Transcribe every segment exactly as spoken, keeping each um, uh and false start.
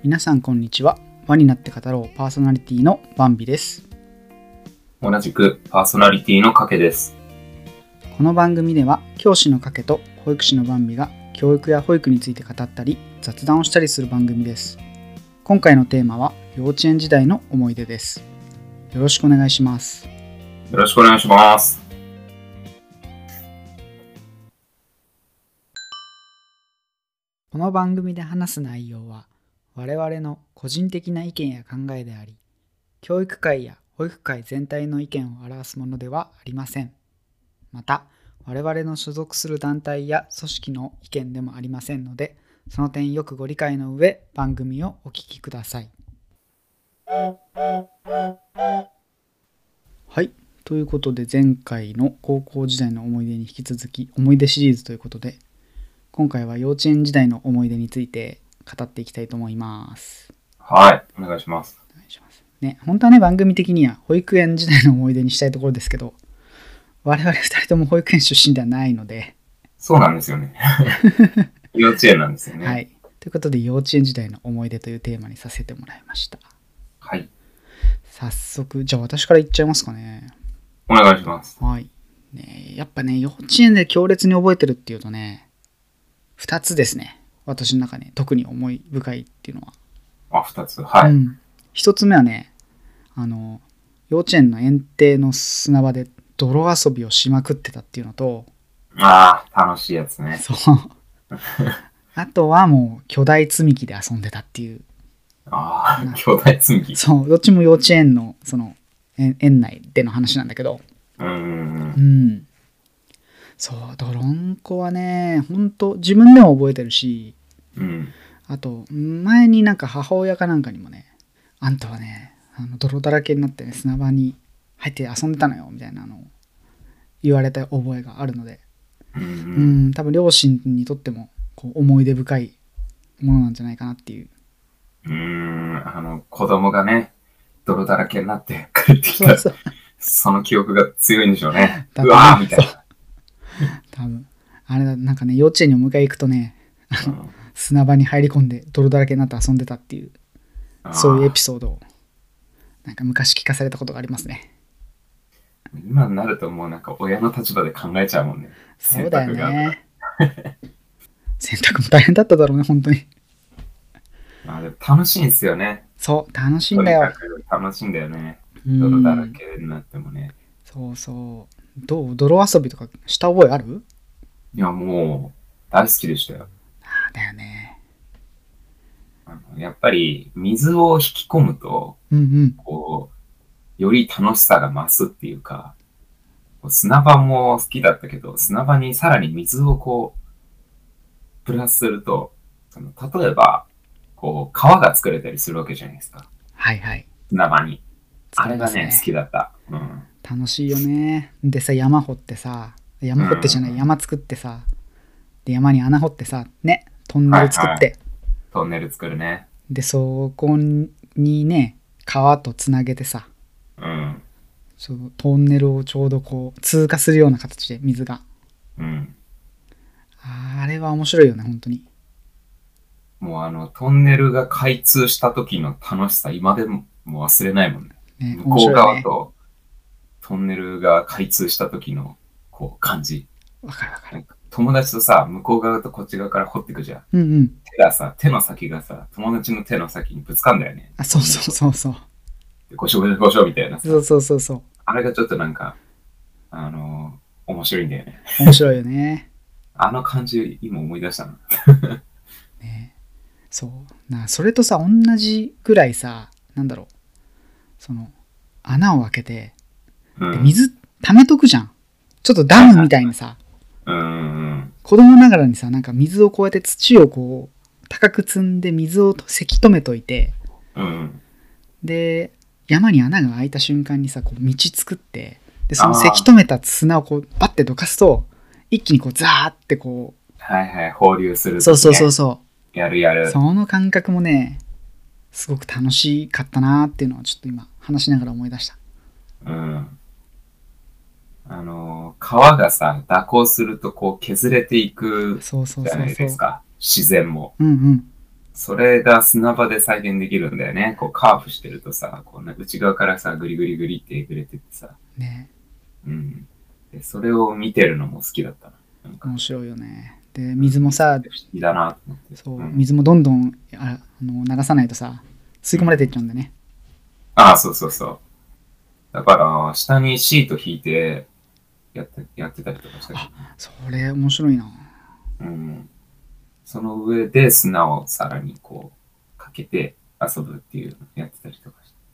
皆さんこんにちは。輪になって語ろうパーソナリティのバンビです。 同じくパーソナリティのかけです。 この番組では教師のかけと保育士のバンビが教育や保育について語ったり雑談をしたりする番組です。今回のテーマは幼稚園時代の思い出です。よろしくお願いします。 よろしくお願いします。 この番組で話す内容は我々の個人的な意見や考えであり、教育界や保育界全体の意見を表すものではありません。また、我々の所属する団体や組織の意見でもありませんので、その点よくご理解の上、番組をお聞きください。はい、ということで前回の高校時代の思い出に引き続き思い出シリーズということで、今回は幼稚園時代の思い出について語っていきたいと思います。 はい、お願いします。 お願いしますね、本当はね、番組的には保育園時代の思い出にしたいところですけど、我々ふたりとも保育園出身ではないので。 そうなんですよね。幼稚園なんですよね。 はい。ということで、幼稚園時代の思い出というテーマにさせてもらいました。 はい。 早速、じゃあ私から言っちゃいますかね。 お願いします。 はい。ね、やっぱね、幼稚園で強烈に覚えてるっていうとね、ふたつですね。私の中で、ね、特に思い深いっていうのは。 あ、ふたつ。はい。うん、 ひとつめはね、あの、幼稚園の園庭の砂場で泥遊びをしまくってたっていうのと、 ああ、楽しいやつね。 そう。あとはもう巨大積み木で遊んでたっていう。 ああ、巨大積み木。 そう、どっちも幼稚園のその園内での話なんだけど。 うんうん。 うん。そう、泥んこはね、ほんと自分でも覚えてるし、 うん。 あと前になんか母親かなんかにもね、あんたはね、あの泥だらけになってね、砂場に入って遊んでたのよみたいなのを言われた覚えがあるので、 うん、うん、 うん多分両親にとってもこう思い出深いものなんじゃないかなっていう。 うーん、あの子供がね、泥だらけになって帰ってきた、そうそう、その記憶が強いんでしょうね。うわーみたいな。 多分あれだ、なんかね、幼稚園にお迎え行くとね、あの、うん、砂場に入り込んで泥だらけになって遊んでたっていう、そういうエピソードをなんか昔聞かされたことがありますね。 今になるともうなんか親の立場で考えちゃうもんね。 そうだよね。洗濯も大変だっただろうね、本当に。 まあでも楽しいんですよね。 そう、楽しいんだよ。 楽しいんだよね。泥だらけになってもね。 そうそう。どう、泥遊びとかした覚えある？ いや、もう大好きでしたよ。 ああ、だよね。 あのやっぱり水を引き込むと、 うんうん、 こうより楽しさが増すっていうか、砂場も好きだったけど、砂場にさらに水をこうプラスすると、その例えばこう川が作れたりするわけじゃないですか。 はいはい。 砂場に。あれがね、好きだった。うん、 楽しいよね。でさ、山掘ってさ、山掘ってじゃない、うん、山作ってさ、で山に穴掘ってさ、ね、トンネル作って、はいはい、 トンネル作るね。 でそこにね、川とつなげてさ、 うん、 そうトンネルをちょうどこう通過するような形で水が、 うん、 あれは面白いよね、本当に。 もうあのトンネルが開通した時の楽しさ、今でももう忘れないもんね。ね、向こう側とトンネルが開通した時のこう感じ。 わかるわかる。 友達とさ、向こう側とこっち側から掘っていくじゃん。 うんうん、 手がさ、手の先がさ、友達の手の先にぶつかんだよね。 あ、そうそうそうそう。 ごしょごしょみたいなさ。 そうそうそうそう。 あれがちょっとなんか、あのー、面白いんだよね。 面白いよね。 あの感じ、今思い出したの。 ね、そうな、それとさ、同じぐらいさ、なんだろう、その穴を開けて、うん、水溜めとくじゃん。ちょっとダムみたいにさ、 うん、 子供ながらにさ、なんか水をこうやって土をこう高く積んで水をせき止めといて、 うん、 で山に穴が開いた瞬間にさ、こう道作って、でそのせき止めた砂をこうバッてどかすと一気にこうザーってこう、 はいはい、放流する、ね、 そうそうそうそう、 やるやる。 その感覚もね、すごく楽しかったなーっていうのをちょっと今話しながら思い出した。 うん。あの川がさ、蛇行するとこう削れていくじゃないですか。自然も。 うんうん。 それが砂場で再現できるんだよね。こうカーブしてるとさ、こうね内側からさ、グリグリグリってえぐれてってさ。 ね。 うん。で、それを見てるのも好きだったな。なんか、 面白いよね。で、水もさ、 不思議だなと思って。 そう、 うん、 水もどんどんああの流さないとさ、吸い込まれていっちゃうんだね。 ああ、そうそうそう。だから、下にシート引いてやって、やってたりとかしたけど、ね。 それ面白いな。 うん。その上で砂をさらにこう、かけて遊ぶっていうのをやってたりとかして。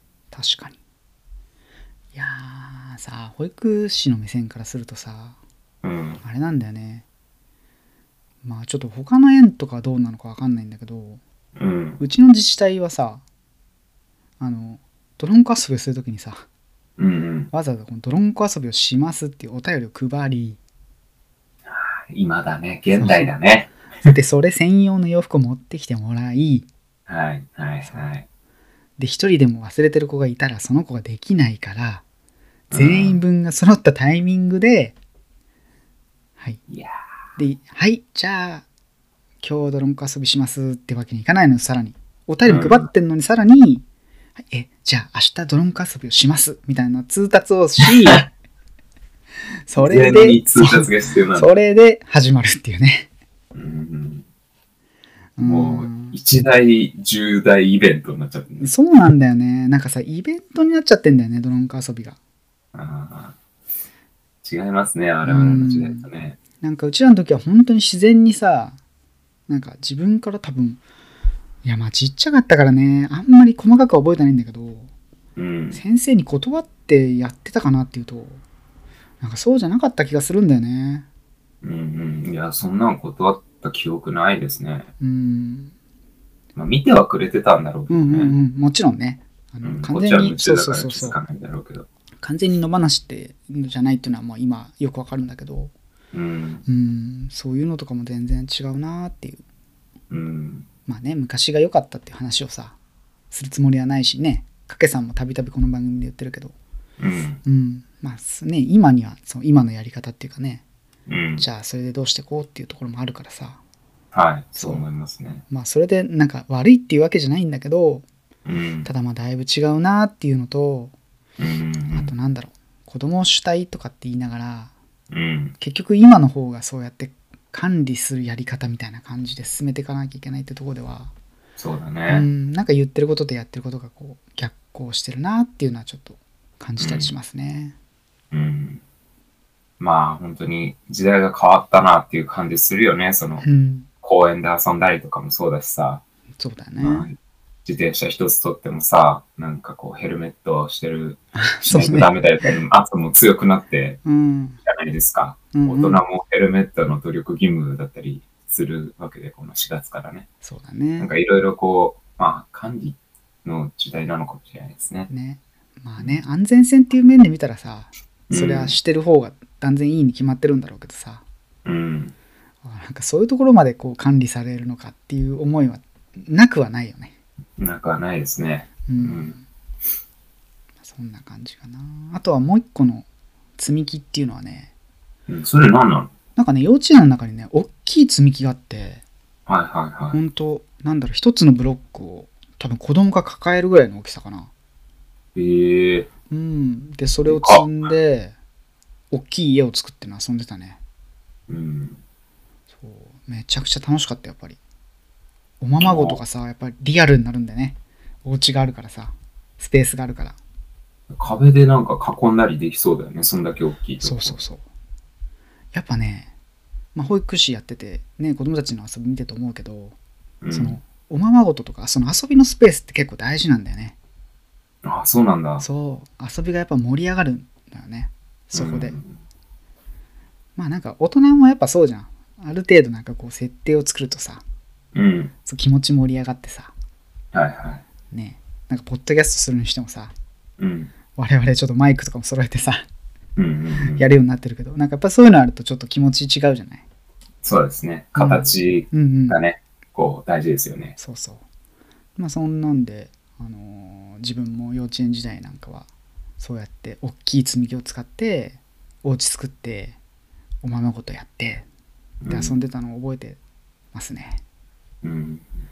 確かに。いやーさ、保育士の目線からするとさ、 うん。 あれなんだよね。まあちょっと他の園とかどうなのかわかんないんだけど、 うん。 うちの自治体はさ、あの、泥んこ遊びをするときにさ、 うんうん。 わざわざこの泥んこ遊びをしますっていうお便りを配り、 今だね。現代だね。 で、それ専用の洋服を持ってきてもらい、 はいはいはい。 で、一人でも忘れてる子がいたらその子ができないから、全員分が揃ったタイミングで、はい。 いやで、はい、じゃあ、今日泥んこ遊びしますってわけにいかないのよ、さらに。お便りも配ってんのにさらに、はい、え、じゃあ明日泥んこ遊びをしますみたいな通達をし、それで、 全員通達が必要なんだ。 それで始まるっていうね。 うんううん、もう、 ん一大、重大イベントになっちゃってね。 そうなんだよね。なんかさ、イベントになっちゃってんだよね、泥んこ遊びが。 あー違いますね、我々の時代とね。 なんかうちらの時は本当に自然にさ、なんか自分から多分、いやまあちっちゃかったからね、あんまり細かくは覚えてないんだけど、 うん。 先生に断ってやってたかなっていうと、なんかそうじゃなかった気がするんだよね。 うんうん。いや、そんなん断った記憶ないですね。 うん。 まあ、見てはくれてたんだろうけうんうんうどね。 ん。もちろんね。あのうん、 完全に、 こっちは夢そう中だからそうそうそう。 気づかないんだろうけど。 完全に野放しってじゃないっていうのはもう今よくわかるんだけど、 うん。 うん、そういうのとかも全然違うなーっていう。 うん。 まあね、昔が良かったっていう話をさ、するつもりはないしね、かけさんもたびたびこの番組で言ってるけど、 うん。 うん、まあね、今にはその今のやり方っていうかね、 うん。 じゃあそれでどうしてこうっていうところもあるからさ、 はい。 そそうう思いますね。 まあそれでなんか悪いっていうわけじゃないんだけど、 うん。 ただまあだいぶ違うなっていうのと、 うん。 あとなんだろう、子供主体とかって言いながら、 うん。 結局今の方がそうやって管理するやり方みたいな感じで進めていかなきゃいけないってところでは、うそうだね。 ん、なんか言ってることとやってることがこう逆行してるなっていうのはちょっと感じたりしますね。 うん。まあ、本当に時代が変わったなっていう感じするよね。その、 うん、 公園で遊んだりとかもそうだしさ。 そうだまあ、 ね。 自転車一つとってもさ、なんかこうヘルメットしてる、しそうね。 ないとダメだよって圧も強くなってうん、 じゃないですか。 うんうん、 大人もヘルメットの努力義務だったりするわけで、このしがつからね。 そうだなんね。 かいろいろこう、まあ管理の時代なのかもしれないですね。 ね。まあね、安全性っていう面で見たらさ、それはうんしてる方が断然いいに決まってるんだろうけどさ、 うん。 なんかそういうところまでこう管理されるのかっていう思いはなくはないよね。 なんかないですね。 う。 うんん。 そんな感じかな。あとはもう一個の積み木っていうのはね、 うん、それ何なの？ なんかね、幼稚園の中にね、大きい積み木があって、 はいはいはい。 ほんと、なんだろう、一つのブロックを多分子供が抱えるぐらいの大きさかな。 ええうん。で、それを積んで、大きい家を作って遊んでたね。 うん。 そう。めちゃくちゃ楽しかった、やっぱり。おままごとかさ、やっぱりリアルになるんだよね。お家があるからさ、スペースがあるから。 壁でなんか囲んだりできそうだよね。そんだけ大きいと。 そうそうそう。やっぱね、まあ、保育士やってて、ね、子供たちの遊び見てて思うけど、 うん。 その、おままごととか、その遊びのスペースって結構大事なんだよね。 あ、そうなんだ。 そう。遊びがやっぱ盛り上がるんだよね。そこで。 うんまあなんか大人もやっぱそうじゃん。ある程度なんかこう設定を作るとさ、 うん。 そう気持ち盛り上がってさ、 はいはね、なんかポッドキャストするにしてもさ、 い。うん。 我々ちょっとマイクとかも揃えてさ、 うんうんうん。 やるようになってるけど、なんかやっぱそういうのあるとちょっと気持ち違うじゃない。 そうですね。形うんうん。 がね、こう大事ですよね。 そうそう。まあそんなんで、あのー自分も幼稚園時代なんかは、そうやって大きい積み木を使って、お家作って、おままごとやって、で遊んでたのを覚えてますね。 うん。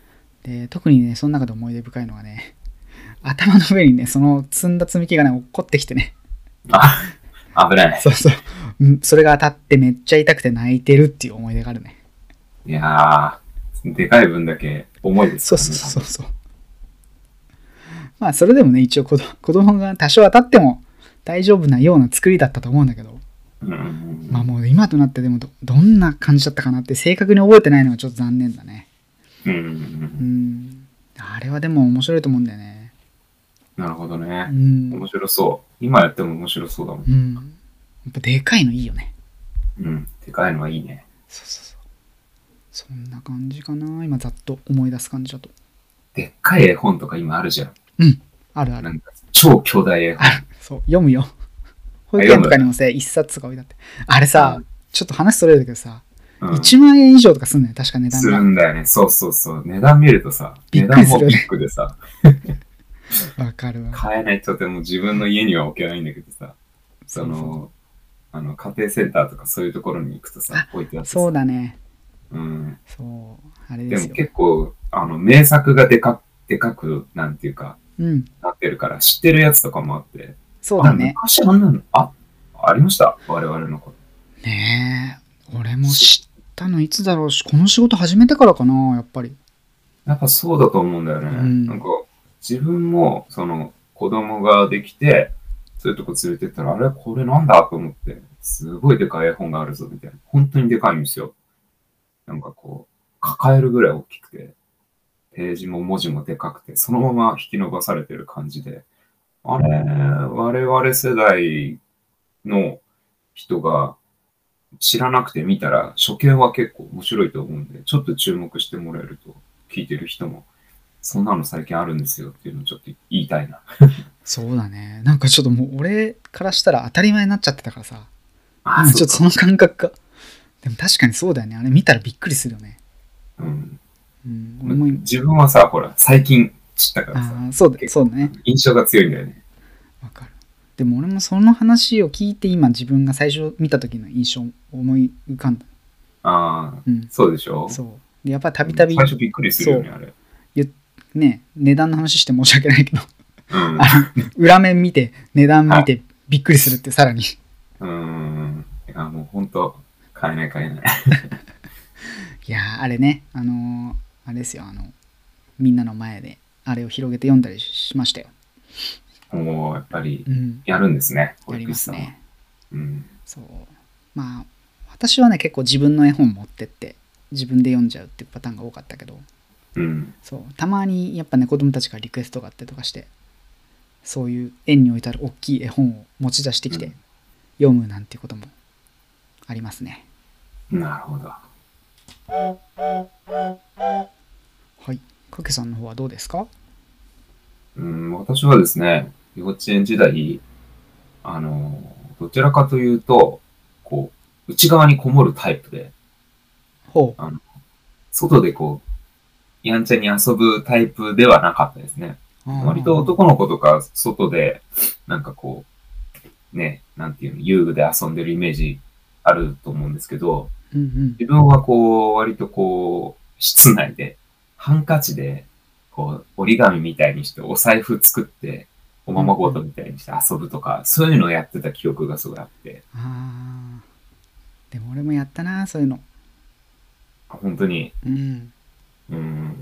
で、特にね、その中で思い出深いのはね、頭の上にね、その積んだ積み木がね、落っこってきてね。 あ、危ない。 そうそう。それが当たってめっちゃ痛くて泣いてるっていう思い出があるね。 いやー、でかい分だけ重いですそうからね。 そうそうそう。まあ、それでもね、一応子供子供が多少当たっても大丈夫なような作りだったと思うんだけど、 うんうんうん、 まあもう今となってでも ど, どんな感じだったかなって正確に覚えてないのがちょっと残念だね。 うんうんうん、 うんあれはでも面白いと思うんだよね。 なるほどね、 うん、 面白そう。今やっても面白そうだもん。 うん、やっぱでかいのいいよね。 うん、でかいのはいいね。 そうそうそう。そんな感じかな、今ざっと思い出す感じだと。 でっかい絵本とか今あるじゃん。 うん、あるある。 なんか超巨大絵本。 そう、読むよ。保育園とかにもさ、一冊とか置いてあって。あれさ、うん、ちょっと話それるけどさ、うん、いちまんえん以上とかすんのよ、確か値段が。 するんだよね。そうそうそう。値段見るとさ、 びっくりするよね、 値段もビッグでさ。 わかるわ。 買えないとても自分の家には置けないんだけどさ、その、そうそうあの家庭センターとかそういうところに行くとさ、置いてあってさ。 そうだね。 うん。 そう、あれですよ。 でも結構、あの、名作がでかでかく、なんていうか、 うん、 なってるから、知ってるやつとかもあって。 そうだね。 昔あんなの、あ、ありました、我々のこと。 ねえ、俺も知ったのいつだろうし、この仕事始めてからかな、やっぱり。 やっぱそうだと思うんだよね。うん、なんか、自分も、その、子供ができて、そういうとこ連れてったら、あれこれなんだと思って、すごいでかい絵本があるぞ、みたいな。本当にでかいんですよ。なんかこう、抱えるぐらい大きくて、ページも文字もでかくて、そのまま引き伸ばされてる感じで、あれ、我々世代の人が知らなくて見たら、初見は結構面白いと思うんで、ちょっと注目してもらえると、聞いてる人も、そんなの最近あるんですよっていうのをちょっと言いたいな。 そうだね。なんかちょっともう俺からしたら当たり前になっちゃってたからさ、 あ今ちょっとその感覚が。でも確かにそうだよね。あれ見たらびっくりするよね。 うんうん、 俺も自分はさ、ほら、最近知ったからさ、 あそうだ、そうだね。 印象が強いんだよね。 わかる。でも俺もその話を聞いて今自分が最初見た時の印象を思い浮かんだ。 ああ、うん、そうでしょ。 そう。でやっぱりたびたび。 最初びっくりするよね、あれ。 ね、値段の話して申し訳ないけど、うん、あの裏面見て、値段見てびっくりするってさらに。 うーん。いや、もう本当買えない買えない。 いやあれね、あのー、あれですよ、あの、みんなの前であれを広げて読んだりしましたよ。 もうやっぱりやるんですね、 うん、やりますね。 うん、 そう。まあ、私はね、結構自分の絵本持ってって、自分で読んじゃうっていうパターンが多かったけど、 うん、 そうたまにやっぱね子供たちがリクエストがあってとかして、そういう園に置いてある大きい絵本を持ち出してきて読むなんていうこともありますね。 うん、なるほど。 はい、かけさんの方はどうですか？ うん、私はですね、幼稚園時代、あのどちらかというとこう内側にこもるタイプで、 ほう、 あの外でこうやんちゃに遊ぶタイプではなかったですね。割と男の子とか外でなんかこうね、なんていうの、遊具で遊んでるイメージあると思うんですけど、 うんうん、 自分はこう割とこう室内でハンカチでこう折り紙みたいにしてお財布作っておままごとみたいにして遊ぶとか、うんうん、そういうのをやってた記憶がすごいあって。 あー、でも俺もやったなそういうの。 本当に。 うんうん、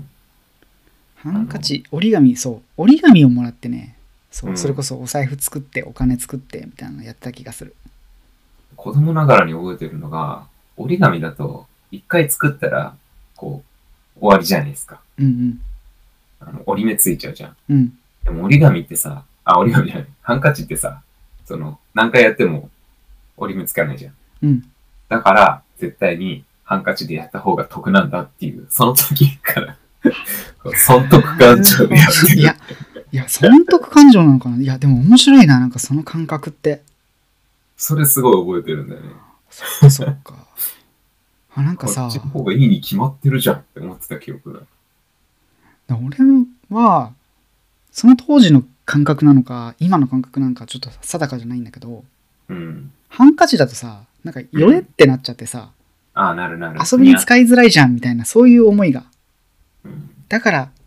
ハンカチ、折り紙、そう折り紙をもらってね、そう、うん、それこそお財布作ってお金作ってみたいなのやった気がする。 子供ながらに覚えてるのが、折り紙だと一回作ったらこう終わりじゃないですか。 うんうん。 あの折り目ついちゃうじゃん。 うん。 でも折り紙ってさ、あ折り紙じゃない、ハンカチってさ、その何回やっても折り目つかないじゃん。 うん。 だから絶対にハンカチでやった方が得なんだっていう、その時から損得感情でやってる。 いや、いや、損得感情なのかな。いや、でも面白いな、なんかその感覚って。 それすごい覚えてるんだよね。 そっかそっか。あ、なんかさ、 こっちの方がいいに決まってるじゃんって思ってた記憶だ。俺は、その当時の感覚なのか、今の感覚なんかちょっと定かじゃないんだけど、 うん、 ハンカチだとさ、なんかよれってなっちゃってさ、 うん、ああ、なるなる。 遊びに使いづらいじゃんみたいな、そういう思いが。だから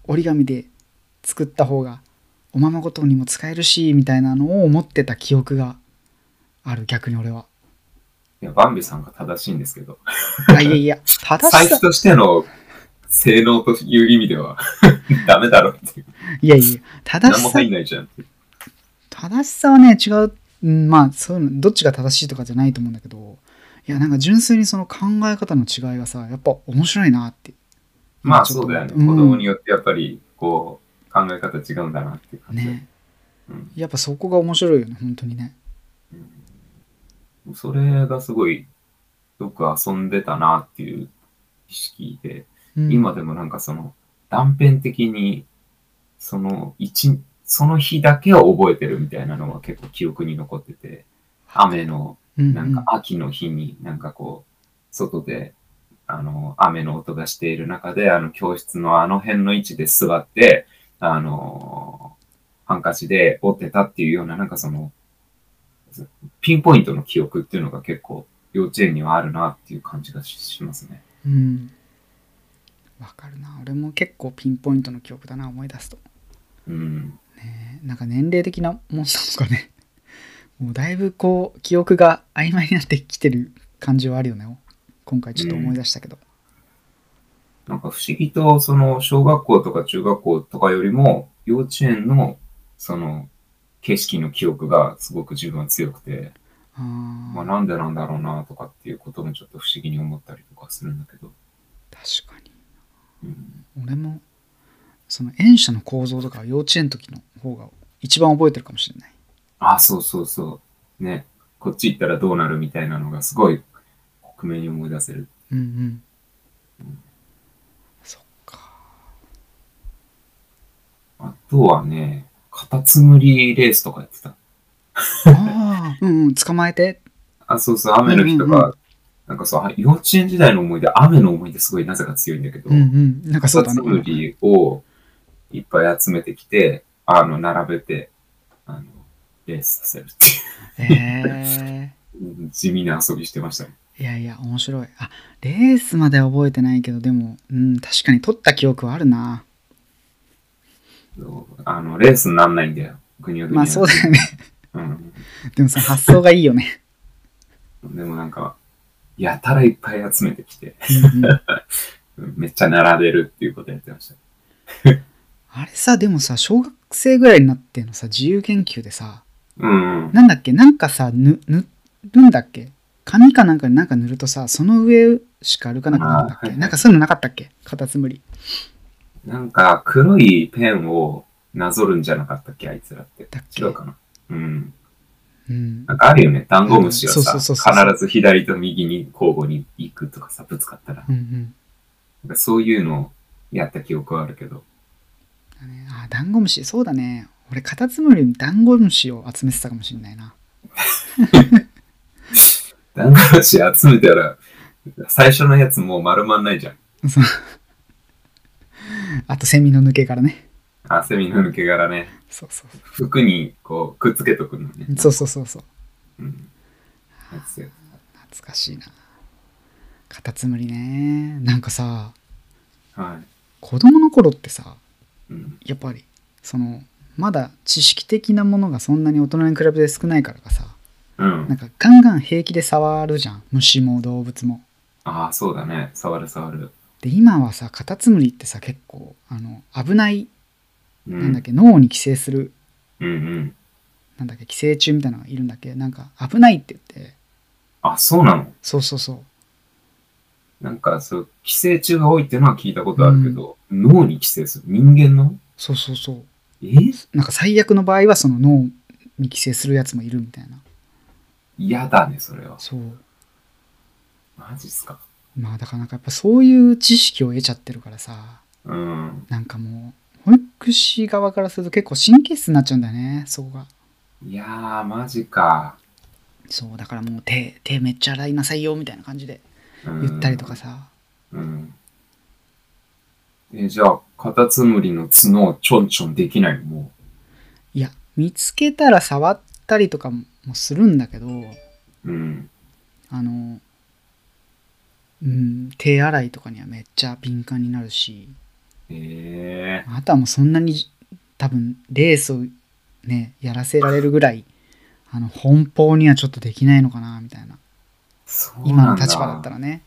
折り紙で作った方がおままごとにも使えるしみたいなのを思ってた記憶がある。逆に俺は。 いや、バンビさんが正しいんですけど。 あ、いやいや、正しさ。 財布としての性能という意味ではダメだろっていう。 いやいや、正しさ何も入ん。ないじゃんって。 正しさはね、違う。うん、まあ、そういうの、どっちが正しいとかじゃないと思うんだけど、いや、なんか純粋にその考え方の違いがさ、やっぱ面白いなって。 まあちょっと思った。 そうだよね。子うん。 供によってやっぱり、こう、考え方違うんだなっていう感じで。 ね。 うんやっぱそこが面白いよね、本当にね。 うん、それがすごい、よく遊んでたなっていう意識で、 うん。 今でもなんかその、断片的に、その一、その日だけを覚えてるみたいなのは結構記憶に残ってて、雨の、 うんうなんかん。 秋の日になんかこう、外で、あの、雨の音がしている中で、あの、教室のあの辺の位置で座って、あの、ハンカチで折ってたっていうような、なんかその、ピンポイントの記憶っていうのが結構幼稚園にはあるなっていう感じがししますね。 うん。わかるな。俺も結構ピンポイントの記憶だな、思い出すと。 うん。 ね、なんか年齢的なもんなのかね。もうだいぶこう、記憶が曖昧になってきてる感じはあるよね。今回ちょっと思い出したけど。 なんか不思議と、その、小学校とか中学校とかよりも、幼稚園の、その、景色の記憶がすごく自分は強くて、 あまあー、 なんでなんだろうなとかっていうこともちょっと不思議に思ったりとかするんだけど。 確かに。 うん俺も、その園舎の構造とか幼稚園の時の方が一番覚えてるかもしれない。 あ、そうそうそう。ね。こっち行ったらどうなるみたいなのがすごい克明に思い出せる。 うんうん。そっか。 あとはね、カタツムリレースとかやってた。 ああ、うんうん、捕まえて。 あ、そうそう、雨の日とか、 うんうんうん。 なんかそう、幼稚園時代の思い出、雨の思い出すごいなぜか強いんだけど、 うんうん。なんかカそうだね。 タツムリをいっぱい集めてきて、あの、並べて、あの、レースさせるってえいう、地味な遊びしてましたね。 えー。いやいや、面白い。あ、レースまでは覚えてないけど、でも、うん、確かに取った記憶はあるな。 そうあの、レースになんないんだよ。ぐにゃぐまあにゃって。 そうだよね。 うん。 でもその発想がいいよね。 でもなんか、やたらいっぱい集めてきて、 うんうん。 めっちゃ並べるっていうことやってました。 あれさ、でもさ、小学生ぐらいになってのさ、自由研究でさ、 うんうん。 なんだっけ、なんかさ、ぬ、塗るんだっけ、紙かなんかになんか塗るとさ、その上しか歩かなくなるんだっけ、 あーはいはいなんかそういうのなかったっけ、カタツムリ。 なんか、黒いペンをなぞるんじゃなかったっけ、あいつらって。 だっけ。 違うかな。うん。 うん。 なんかあるよね。ダンゴムシはそうそうさ、 そうそうそう。 必ず左と右に交互に行くとかさ、ぶつかったら。 うんうん。 なんかそういうのをやった記憶はあるけど。 だね、あ、ダンゴムシ、そうだね。俺、カタツムリにダンゴムシを集めてたかもしれないな。 ダンゴムシ集めたら、最初のやつもう丸まんないじゃん。 そう、あと、セミの抜け殻ね。 あ、セミの抜け殻ね。 そうそうそ服にこうくっつけとくのね。 う。そうそうそうそう。 うん。やつや懐かしいな。カタツムリね。なんかさ、 は子供の頃ってさ、 い。うん。 やっぱり、その、まだ知識的なものがそんなに大人に比べて少ないからかさ、 うん。 なんかガンガン平気で触るじゃん。虫も動物も。 ああ、そうだね。触る触る。 で、今はさ、カタツムリってさ、結構、あの、危ない、 うん。 なんだっけ、脳に寄生する、 うんうん。 なんだっけ、寄生虫みたいなのがいるんだっけ、なんか危ないって言って、 あ、そうなの。 そうそうそなんか、そう、寄生虫が多いっていうのは聞いたこう。うとあるけん。 ど、脳に寄生する。人間のそうそうそう。 えなんか最悪の場合はその脳に寄生するやつもいるみたいな。 嫌だね、それは。 そう。 マジっすか。 まあだからなんかやっぱそういう知識を得ちゃってるからさ、 うん。 なんかもう、保育士側からすると結構神経質になっちゃうんだよね、そこが。 いやー、マジか。 そう、だからもう手、手めっちゃ洗いなさいよみたいな感じでう言ったりとかん。 さ。 うん。え、じゃあ、カタツムリの角をちょんちょんできないのもいや、見つけたら触ったりとかもするんだけど、 う。うん。 あの、うん、手洗いとかにはめっちゃ敏感になるし、 えあとはもうそんなに多分レースをねやらせられるぐらいあの奔放にはちょっとできないのかなみたいな、 そう今なんの立場だっただ。 らね。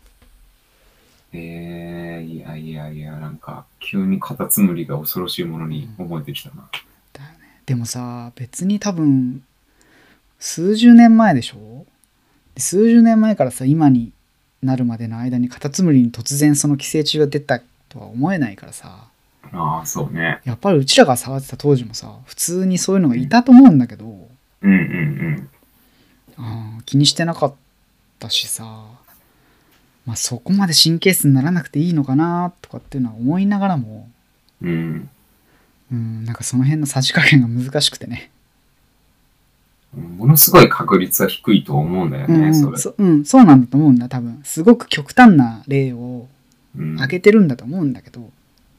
えー、いやいやいや、なんか、急にカタツムリが恐ろしいものにうん思えてきたな。 だよね。でもさ別に多分数十年前でしょ。で数十年前からさ今になるまでの間にカタツムリに突然その寄生虫が出たとは思えないからさ、 ああ、そうね。 やっぱりうちらが触ってた当時もさ普通にそういうのがいたと思うんだけど、 うんうんあー気にしてなかったしさ、まあ、そこまで神経質にならなくていいのかなとかっていうのは思いながらも、 うん。うん。 うん、なんかその辺のさじ加減が難しくてね。 ものすごい確率は低いと思うんだよね、 うんうん、 それ。 そうん、そうなんだと思うんだ多分。すごく極端な例をうん。 挙げてるんだと思うんだけど、 うん。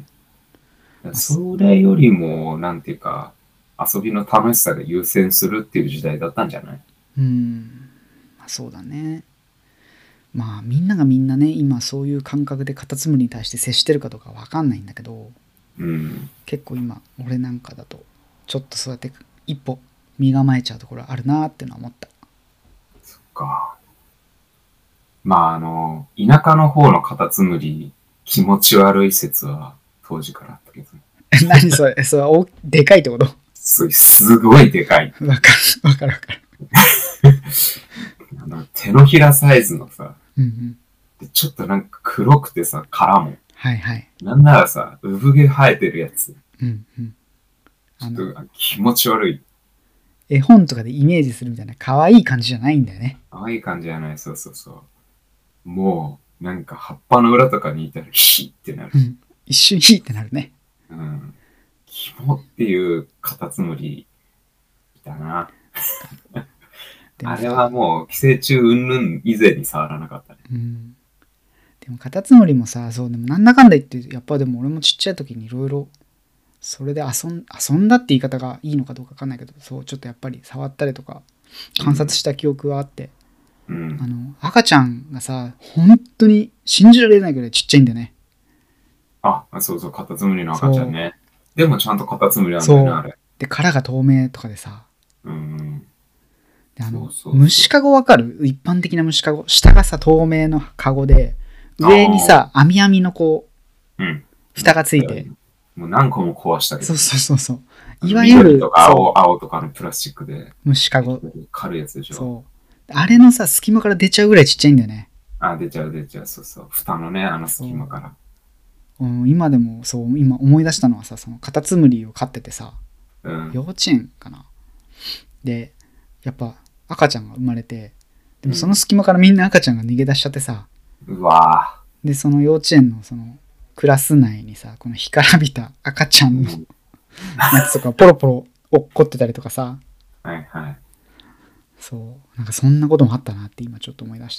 まあ、 それよりも、なんていうか、遊びの楽しさが優先するっていう時代だったんじゃない？ うん、まあ、そうだね。まあみんながみんなね今そういう感覚でカタツムリに対して接してるかどうかわかんないんだけど、 うん。 結構今俺なんかだとちょっとそうやって一歩身構えちゃうところあるなっていうのは思った。 か。まあ、あの、田舎の方のカタツムリ、気持ち悪い説は当時からあったけど、 何それそれおでかいってこと？ すすごいでかい。 わかるわかるわかる。 あの手のひらサイズのさ、 うんうん。 でちょっとなんか黒くてさ、殻も。 はいはい。 なんならさ、産毛生えてるやつ。 うんうん。あのちょっと気持ち悪い。 絵本とかでイメージするみたいな可愛い感じじゃないんだよね。 可愛い感じじゃない。そうそうそう。もう、なんか葉っぱの裏とかにいたらヒッってなるし。 うん。一瞬ヒーってなるね。 うん。キモっていうカタツムリいたな。 でもさ、 あれはもう寄生虫云々以前に触らなかったね。 うん。でもカタツムリもさ、そうでもなんだかんだ言ってやっぱでも俺もちっちゃい時にいろいろそれで遊ん遊んだって言い方がいいのかどうかわかんないけど、そうちょっとやっぱり触ったりとか観察した記憶があって、 うん。 あの赤ちゃんがさ本当に信じられないぐらいちっちゃいんだよね。 あ、そうそう、カタツムリの赤ちゃんね。でもちゃんとカタツムリなんだよね、 そうあれ。 で殻が透明とかでさ、 うん。 であのそうそうそう虫かごわかる？一般的な虫かご、下がさ透明のかごで上にさ網網のこううん。 蓋がついて、 もう何個も壊したけど。 そうそうそうそう、 あのいわゆる緑とかそう青青とかのプラスチックで虫かご、 軽いやつでしょ。 そうあれのさ隙間から出ちゃうぐらいちっちゃいんだよね。 あ、出ちゃう出ちゃう。そうそう。蓋のね、あの隙間から。 うん、今でもそう今思い出したのはさ、そのカタツムリを飼っててさ、 うん。 幼稚園かなでやっぱ赤ちゃんが生まれて、でもその隙間からみんな赤ちゃんが逃げ出しちゃってさ、 うわでその幼稚園のそのクラス内にさこの干からびた赤ちゃぁ。 んのうん。 やつとかポロポロ落っこってたりとかさ、 はいはい。 そうなんかそんなこともあったなって今ちょっと思い出した。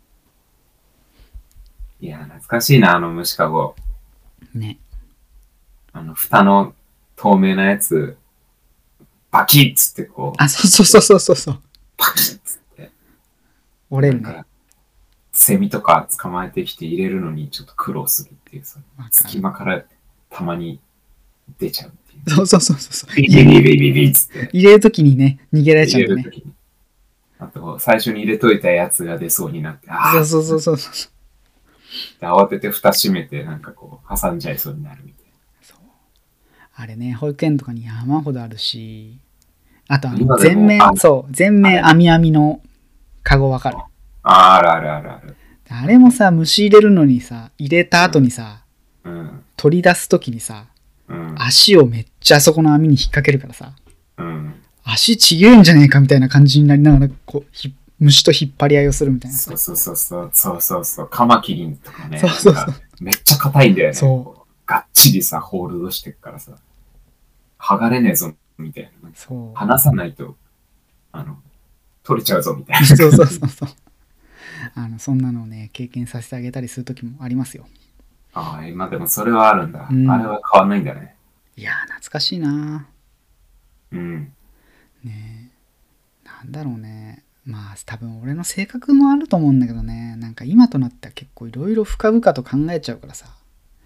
いや、懐かしいな、あの虫かご。 ね。 あの、蓋の透明なやつ、バキッつってこう、 あ、そうそうそうそうそうそう。 バキッつって、 折れるね。 なんか、セミとか捕まえてきて入れるのにちょっと苦労するっていう、そのわかる隙間からたまに出ちゃうっていう。 そうそうそうそう。 ビビビビビビっつって。 入れるときにね、逃げられちゃうんだね。 入れるときに。あと、最初に入れといたやつが出そうになって、ああ、 そうそうそうそうそう。 で慌てて蓋閉めて、なんかこう、挟んじゃいそうになるみたいそうあれね、保育園とかに山ほどあるし、あとあの今でも全面あ、 そう、全面網網のカゴわかる？ な。あーあるあるあるある。 あれもさ、虫入れるのにさ、入れた後にさ、 うん。 取り出すときにさ、 うん。 足をめっちゃあそこの網に引っ掛けるからさ、 うん。 足ちげえんじゃねえかみたいな感じになりながら、こう、ひ虫と引っ張り合いをするみたいな。 そうそうそうそう、そうそうそう、カマキリンとかね、 そうそうそうなんかめっちゃ硬いんだよね。 そうこうがっちりさ、ホールドしてっからさ、剥がれねえぞ、みたいな。 そう。 離さないと、あの、取れちゃうぞ、みたいな。 そうそうそうそう。あの、そんなのをね、経験させてあげたりするときもありますよ。 ああ、今でもそれはあるんだ。 うんあれは変わんないんだね。 いやー、懐かしいなうん。 ー。ねえ。なんだろうね。まあ、多分俺の性格もあると思うんだけどね。なんか今となっては結構いろいろ深々と考えちゃうからさ。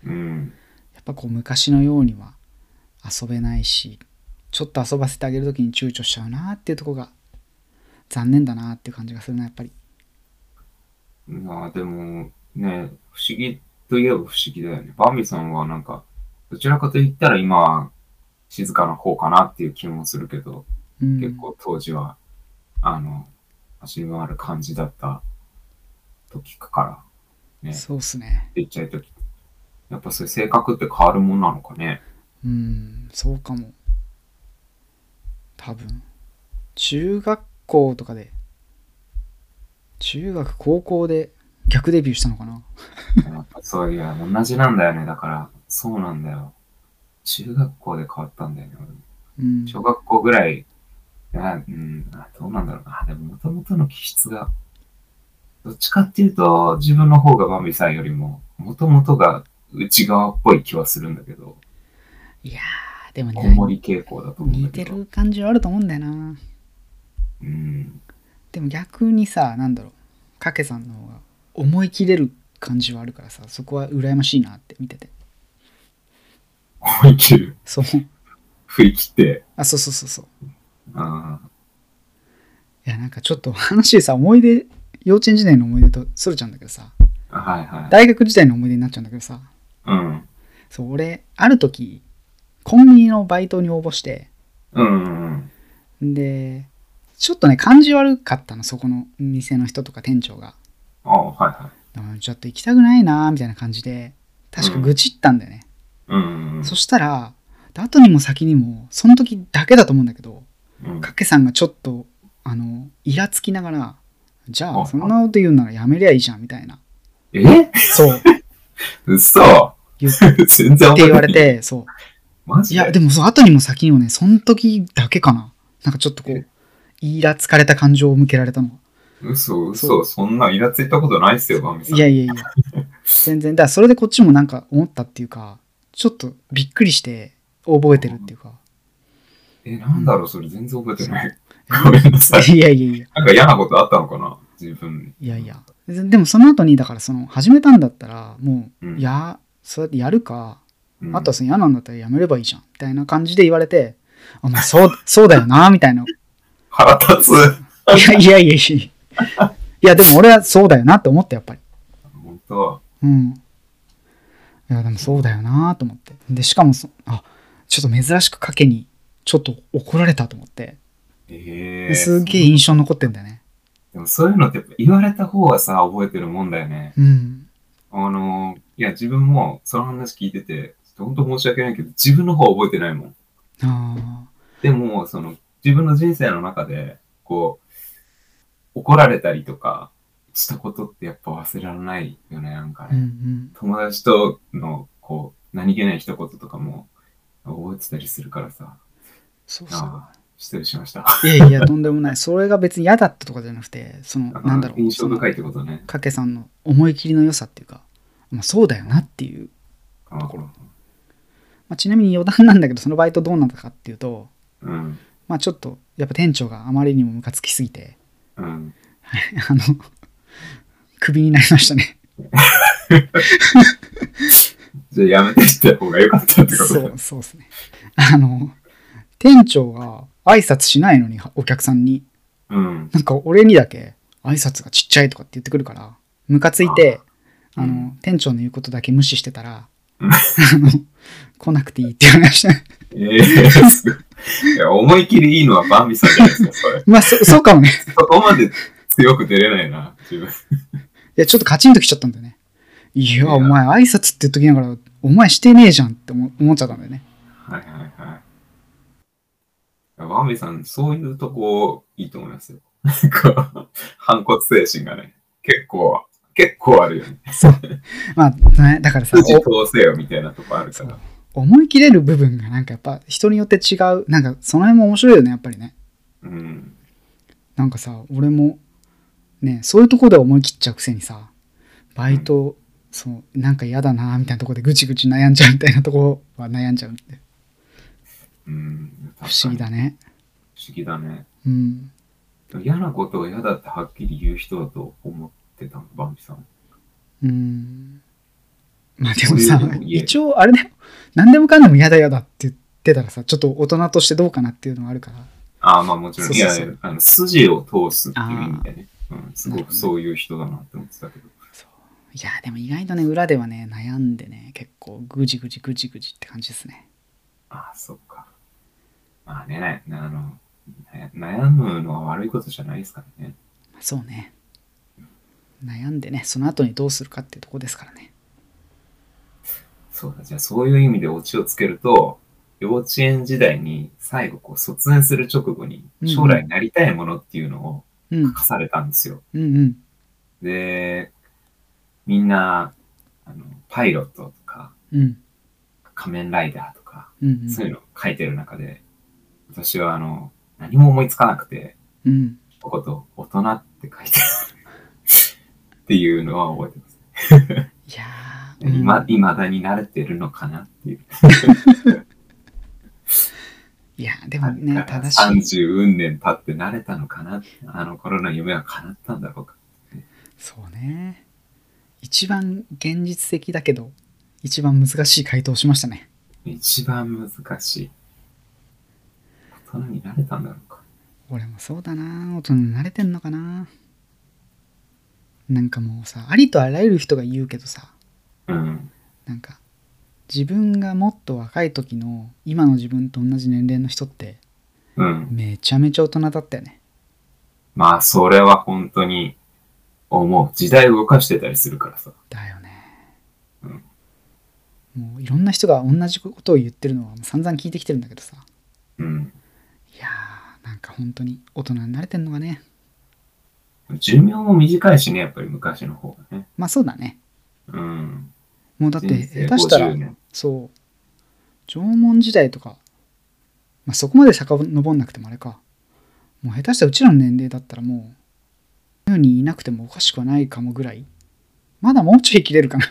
うん。 やっぱこう昔のようには遊べないし、ちょっと遊ばせてあげるときに躊躇しちゃうなっていうところが残念だなっていう感じがするな、やっぱり。 まあでも、ね、不思議といえば不思議だよね。バンビさんはなんか、どちらかと言ったら今は静かな方かなっていう気もするけど、 うん、 結構当時は、あの、走り回る感じだった時からね、 そうっすね。 ちっちゃい時。やっぱそういう性格って変わるもんなのかね。 うん、そうかも。多分。中学校とかで、中学、高校で逆デビューしたのかな。 やっぱそういや、同じなんだよね。だから、そうなんだよ。中学校で変わったんだよね、俺も。 うん。 小学校ぐらい、あうん、あどうなんだろうな。でも、もともとの気質が、どっちかっていうと、自分の方がバンビさんよりも、もともとが内側っぽい気はするんだけど、 いやー、でもこもね、 り傾向だと思うんだけど。 似てる感じはあると思うんだよな。 うん。 でも逆にさ、なんだろう、かけさんの方が思い切れる感じはあるからさ、そこは羨ましいなって見てて。 思い切る。 そう。 振り切って、 あ、そうそうそうそう。 あいや、なんかちょっと話さ、思い出、幼稚園時代の思い出とそれちゃうんだけどさ、 あ、はいはい。 大学時代の思い出になっちゃうんだけどさ、 うん。 そう、俺、ある時、コンビニのバイトに応募して、 うんうんで、ちょっとね、感じ悪かったの、そこの店の人とか店長が。 ああ、はいはい。 うんちょっと行きたくないなーみたいな感じで、確か愚痴ったんだよね。 うんうんそしたら、後にも先にも、その時だけだと思うんだけど、 うん。 かけさんがちょっと、あの、イラつきながら、じゃあ、 あそんなこと言うならやめりゃいいじゃん、みたいな。 えそう、 嘘言っ全然て言わ覚えてない。 れて、そう。いや、 マジででもそう、後にも先にもね、その時だけかな。なんかちょっとこう、イラつかれた感情を向けられたの。 嘘そう嘘。そんなイラついたことないっすよ、バンビさん。 いやいやいや、全然。だからそれでこっちもなんか思ったっていうか、ちょっとびっくりして覚えてるっていうか。 え、なんだろう、それ全然覚えてない。 そうごめんなさい。 いやいやいや、 なんか嫌なことあったのかな自分に。 いやいや。でもその後に、だからその、始めたんだったら、もう、 うんいや、そうやってやるか、 うんあとはその嫌なんだったらやめればいいじゃん、みたいな感じで言われて、あ、まあそう、そうだよな、みたいな。い腹立つ。 やいやいやいや。いや、でも俺はそうだよなって思ったやっぱり。 本当。 うん。いや、でもそうだよなと思って。で、しかもそ、あ、ちょっと珍しくかけに、ちょっと怒られたと思って。 ええですげえ印象残ってんだよね。 でもそういうのってやっぱ言われた方はさ、覚えてるもんだよね。 うん。 あの、いや、自分もその話聞いてて、本当申し訳ないけど、自分の方は覚えてないもん。 あでも、その、自分の人生の中で、こう、怒られたりとかしたことってやっぱ忘れられないよね、なんかあ。うんうね。 ん。 友達との、こう、何気ない一言とかも覚えてたりするからさ。 そうそう。 ああ、失礼しました。 いやいや、とんでもない。それが別に嫌だったとかじゃなくて、その、なんだろう。 印象深いってことね。 かけさんの思い切りの良さっていうか、まあ、そうだよなっていうあところ。まあ、ちなみに余談なんだけど、そのバイトどうなったかっていうと、 うん。 まあちょっと、やっぱ店長があまりにもムカつきすぎて、 うん。 あの、クビになりましたね。 じゃあやめていった方が良かったってことだそう、そうですね。あの、店長が挨拶しないのに、お客さんに。 うん。 なんか俺にだけ挨拶がちっちゃいとかって言ってくるから、ムカついて、 ああの、 うん店長の言うことだけ無視してたら、 うんあの、来なくていいって言われましたね。 ええすごいいや思い切りいいのはバンビさんじゃないですか、それ。 まあ、そ、そうかもね。 そこまで強く出れないな、自分。 いや、ちょっとカチンときちゃったんだよね。いや、 いやお前挨拶って言っときながら、お前してねえじゃんって思思っちゃったんだよね。 はいはいはい。バンビさん、そういうとこいいと思いますよ。なんか、反骨精神がね、結構、結構あるよね。 そう。まあ、ね、だからさ、 筋通せよみたいなとこあるから。 お思い切れる部分がなんかやっぱ人によって違う。なんかその辺も面白いよね、やっぱりね。 うん。 なんかさ、俺も、ね、そういうところで思い切っちゃうくせにさ、バイト、そう、なんか嫌だなみたいなところでぐちぐち悩んじゃうみたいなところは悩んじゃうんで。 うん。 不思議だね。 不思議だね。 うん。 嫌なことが嫌だってはっきり言う人だと思ってたの、バンビさん。 うん。 まあでもさそういうのも言える一応あれだよ、何でもかんでも嫌だ嫌だって言ってたらさちょっと大人としてどうかなっていうのはあるから。 ああ、まあもちろん。いやそうそうそう、 あの、筋を通すっていう意味でね。うん、すごなるほどねくそういう人だなって思ってたけど。 そういやでも意外とね裏ではね悩んでね結構ぐじぐじぐじぐじって感じですね。 ああ、そっか。まあね、あの、悩むのは悪いことじゃないですからね。 そうね、悩んでねその後にどうするかっていうとこですからね。 そうだ、じゃあそういう意味でオチをつけると、幼稚園時代に最後こう卒園する直後に将来なりたいものっていうのをうん書かされたんですよ。 うんうんで、みんな、あの、パイロットとかうん仮面ライダーとか、 うんうんそういうのを書いてる中で、私はあの、何も思いつかなくて、 うん一言、大人って書いてあるっていうのは覚えてます。 いやー、うん今、未だに慣れてるのかなっていう。 いやでもね正し三い、 十運年経って慣れたのかな、あの頃の夢は叶ったんだろうか。 そうね、一番現実的だけど一番難しい回答をしましたね。 一番難しい。大人になれたんだろうか。 俺もそうだな、大人に慣れてんのかな。なんかもうさありとあらゆる人が言うけどさ、 うん。 なんか自分がもっと若い時の今の自分と同じ年齢の人ってうん。 めちゃめちゃ大人だったよね。 まあ、それは本当に思う。時代を動かしてたりするからさ。 だよね、 うん、 もういろんな人が同じことを言ってるのは散々聞いてきてるんだけどさ、 うん。 いやーなんか本当に大人になれてんのがね。 寿命も短いしね、やっぱり昔の方がね。 まあそうだね、 うん。 もうだって人生下手したらごじゅうねん。 そう縄文時代とか、まあ、そこまで遡んなくてもあれか、もう下手したらうちらの年齢だったらもうこの世にいなくてもおかしくはないかもぐらい、まだもうちょい生きれるかな。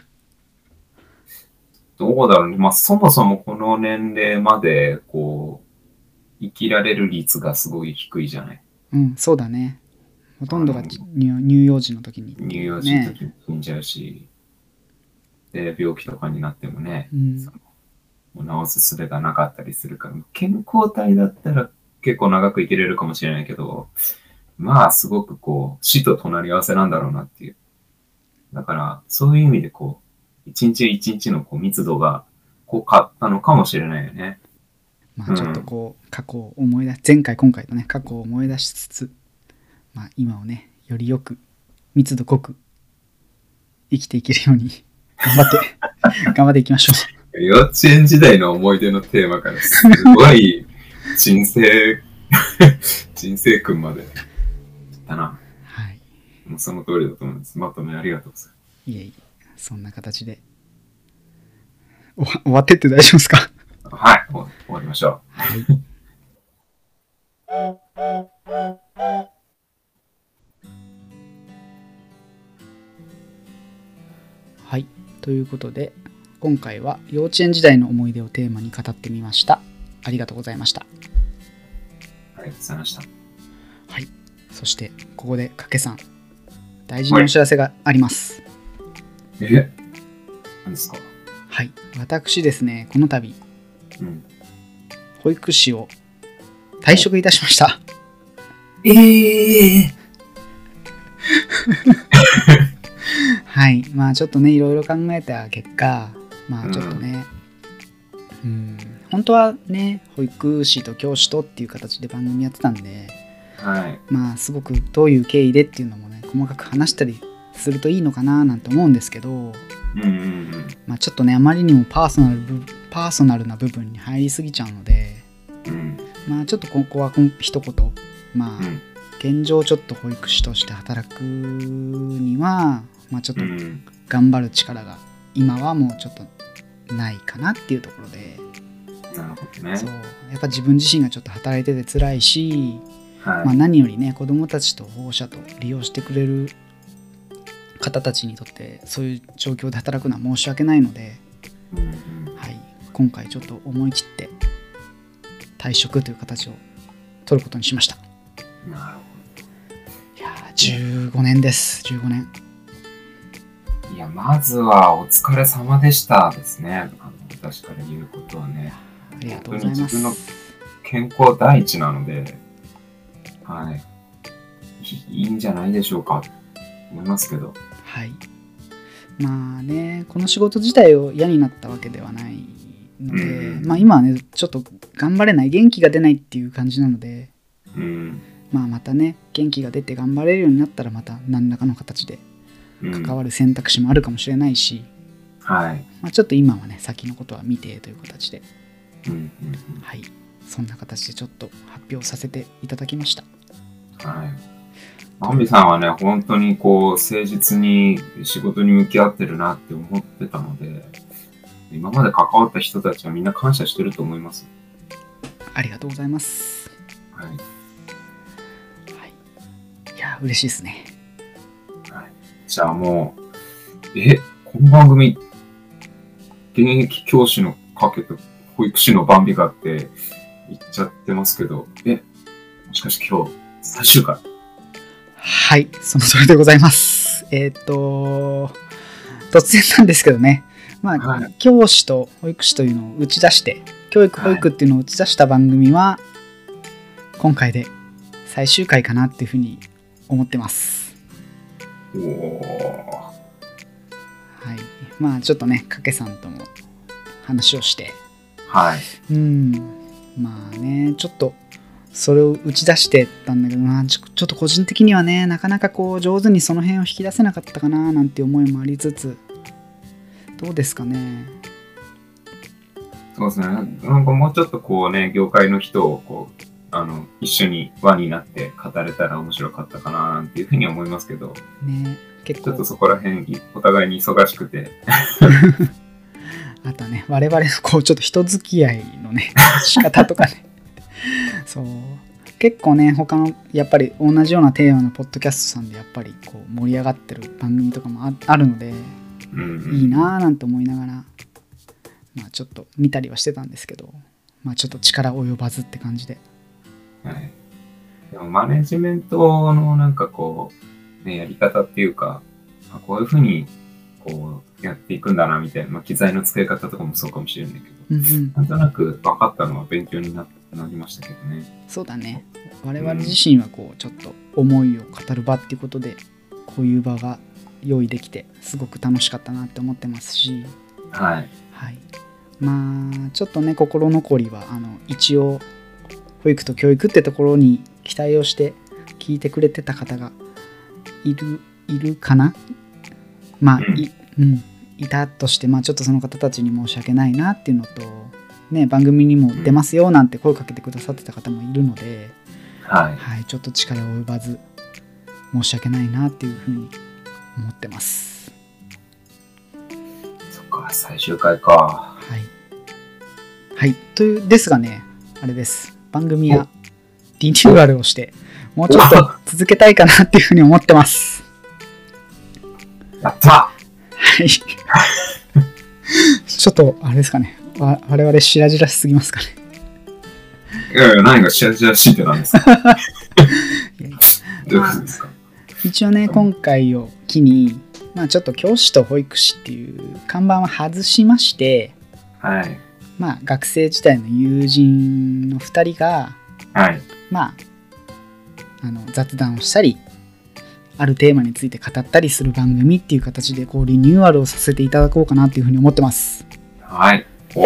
どうだろうね。まあ、そもそもこの年齢まで、こう、生きられる率がすごい低いじゃない。 うんそうだね、ほとんどがあの乳乳幼児の時に乳幼児の時に死んじゃうし、で、病気とかになってもね、 うんそのもう治す術がなかったりするから、健康体だったら結構長く生きれるかもしれないけど、まあ、すごくこう、死と隣り合わせなんだろうなっていう。だから、そういう意味でこう、一日一日のこう密度が濃かったのかもしれないよね。 まあちょっとこう過去を思い出し前回今回とね過去を思い出しつつ、まあ今をねよりよく密度濃く生きていけるように頑張って頑張っていきましょ幼稚園時代の思い出のテーマからすごい人生、人生訓までだな。 う。はい。 もうその通りだと思います。まとめありがとうございます。 いえいえ、そんな形でお終わってって大丈夫ですか？ はい、終わりましょう。 はい。はい、ということで今回は幼稚園時代の思い出をテーマに語ってみました。ありがとうございました。 ありがとうございました。 はい、そしてここでかけさん大事なお知らせがあります。 え、何ですか？ はい、私ですねこの度、 うん、 保育士を退職いたしました。 えーはい、まあちょっとねいろいろ考えた結果、まあちょっとね、うん、うん本当はね保育士と教師とっていう形で番組やってたんで、 はい、 まあすごくどういう経緯でっていうのもね細かく話したりするといいのかななんて思うんですけど、 うんうんうん、 まあちょっとねあまりにもパーソナルパーソナルな部分に入りすぎちゃうので、 うん、 まあちょっとここは一言、まあ、 うん、 現状ちょっと保育士として働くには、まあ、ちょっとうん頑張る力が今はもうちょっとないかなっていうところで、 なるほどね。 そうやっぱ自分自身がちょっと働いてて辛いし、 はい、 まあ、何よりね子どもたちと保護者と利用してくれる方たちにとってそういう状況で働くのは申し訳ないので、 うんうん、 はい、今回ちょっと思い切って退職という形を取ることにしました。 なるほいやーじゅうごねんです。じゅうごねん。 ど。 いや、まずはお疲れ様でしたですね。あの私から言うことはね。 ありがとうございます。 本当に自分の健康第一なので、はい。いいんじゃないでしょうか。思いますけど。 はい。まあね、この仕事自体を嫌になったわけではないので、うん、まあ今はね、ちょっと頑張れない、元気が出ないっていう感じなので、 うん、 まあまたね、元気が出て頑張れるようになったらまた何らかの形で関わる選択肢もあるかもしれないし、 うん、はい。 まあ、ちょっと今はね、先のことは見てという形で、 うんうんうん、 はい。そんな形でちょっと発表させていただきました。 はい。アンビさんはね、本当にこう誠実に仕事に向き合ってるなって思ってたので、今まで関わった人たちはみんな感謝してると思います。 ありがとうございます。 はい。はい、 いや、嬉しいですね。 はい。じゃあもう、え、この番組、現役教師のかけと保育士のバンビガって言っちゃってますけど、え、もしかして今日最終回？ はい、その通りでございます。えっと、突然なんですけどね、まあ、はい、教師と保育士というのを打ち出して、教育保育っていうのを打ち出した番組は、今回で最終回かなっていうふうに思ってます。 おー。 はい。まあ、ちょっとね、かけさんとも話をして、 はい。 うん、まあね、ちょっと、それを打ち出してたんだけどな、ちょ、ちょっと個人的にはね、なかなかこう上手にその辺を引き出せなかったかななんて思いもありつつ、どうですかね。 そうですね。なんかもうちょっとこうね、業界の人をこうあの一緒に輪になって語れたら面白かったかななんていうふうに思いますけど、 ね、結構ちょっとそこら辺お互いに忙しくて。 あとね、我々のこうちょっと人付き合いのね仕方とかね。そう結構ね他のやっぱり同じようなテーマのポッドキャストさんでやっぱりこう盛り上がってる番組とかも あ, あるので、 うんうん、 いいなぁなんて思いながら、まあ、ちょっと見たりはしてたんですけど、まあ、ちょっと力及ばずって感じで、 はい、でもマネジメントのなんかこう、ね、やり方っていうかこういうふうにこうやっていくんだなみたいな、まあ、機材の使い方とかもそうかもしれないけど、 うんうん、 なんとなく分かったのは勉強になってなりましたけどね。 そうだね。我々自身はこうちょっと思いを語る場っていうことで、こういう場が用意できてすごく楽しかったなって思ってますし、 はい、 はい、まあちょっとね心残りはあの一応保育と教育ってところに期待をして聞いてくれてた方がいるいるかな。まあ、うん、い, うん、いたとして、まあちょっとその方たちに申し訳ないなっていうのと。ね、番組にも出ますよなんて声かけてくださってた方もいるので、 はいはい、ちょっと力を及ばず申し訳ないなっていうふうに思ってます。 そっか、最終回か。 はい、はい、というですがね、あれです、番組はリニューアルをしてもうちょっと続けたいかなっていうふうに思ってます。 やったはい。ちょっとあれですかね、我々白々しすぎますかね。 いやいや、何が白々しいってなんですか。どういうことですか。 一応ね、今回を機に、まあ、ちょっと教師と保育士っていう看板は外しまして、 はい、 まあ、学生時代の友人のふたりが、 はい、 まあ、あの雑談をしたり、あるテーマについて語ったりする番組っていう形でこうリニューアルをさせていただこうかなというふうに思ってます。 はい。お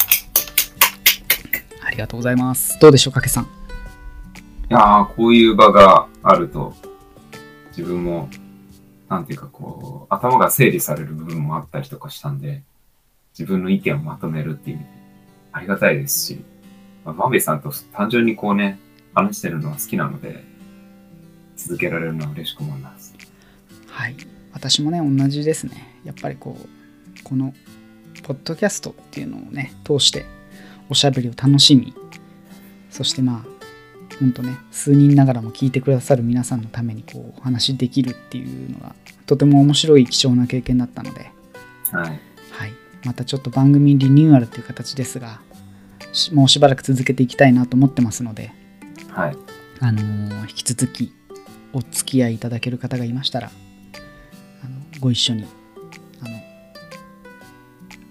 ありがとうございます。どうでしょうかけさん。いやー、こういう場があると自分もなんていうかこう頭が整理される部分もあったりとかしたんで、自分の意見をまとめるっていう意味でありがたいですし、まあ、マンベさんと単純にこうね話してるのは好きなので続けられるのは嬉しく思います。 はい、私もね同じですね。やっぱりこうこのポッドキャストっていうのをね通しておしゃべりを楽しみ、そしてまあほんとね数人ながらも聞いてくださる皆さんのためにこうお話できるっていうのがとても面白い貴重な経験だったので、 はい、 はい、またちょっと番組リニューアルという形ですが、もうしばらく続けていきたいなと思ってますので、 はい、 あのー、引き続きお付き合いいただける方がいましたら、あのご一緒に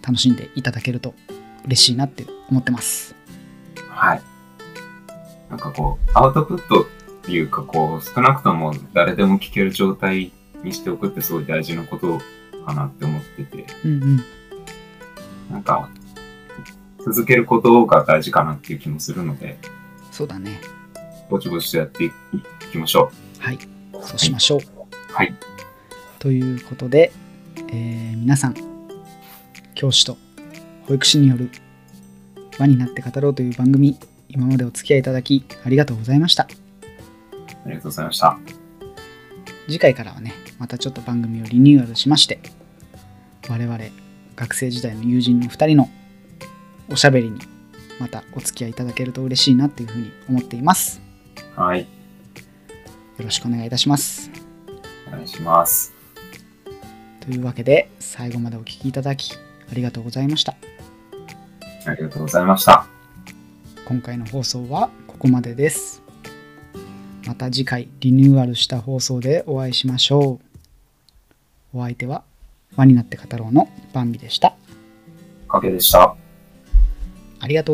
楽しんでいただけると嬉しいなって思ってます。 はい。なんかこう、アウトプットっていうか、こう、少なくとも誰でも聞ける状態にしておくってすごい大事なことかなって思ってて、 うんうん、 なんか、続けることが大事かなっていう気もするので、 そうだね。 ぼちぼちとやっていきましょう。はい、そうしましょう。 はい。はい、 ということで、えー、皆さん、教師と保育士による輪になって語ろうという番組、今までお付き合いいただきありがとうございました。 ありがとうございました。 次回からはね、またちょっと番組をリニューアルしまして、我々学生時代の友人のふたりのおしゃべりにまたお付き合いいただけると嬉しいなっていうふうに思っています。 はい。 よろしくお願いいたします。 お願いします。 というわけで、最後までお聞きいただきありがとうございました。 ありがとうございました。 今回の放送はここまでです。また次回リニューアルした放送でお会いしましょう。お相手は輪になって語ろうのバンビでした。 かけでした。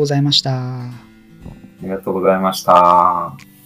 ありがとうございました。 ありがとうございました。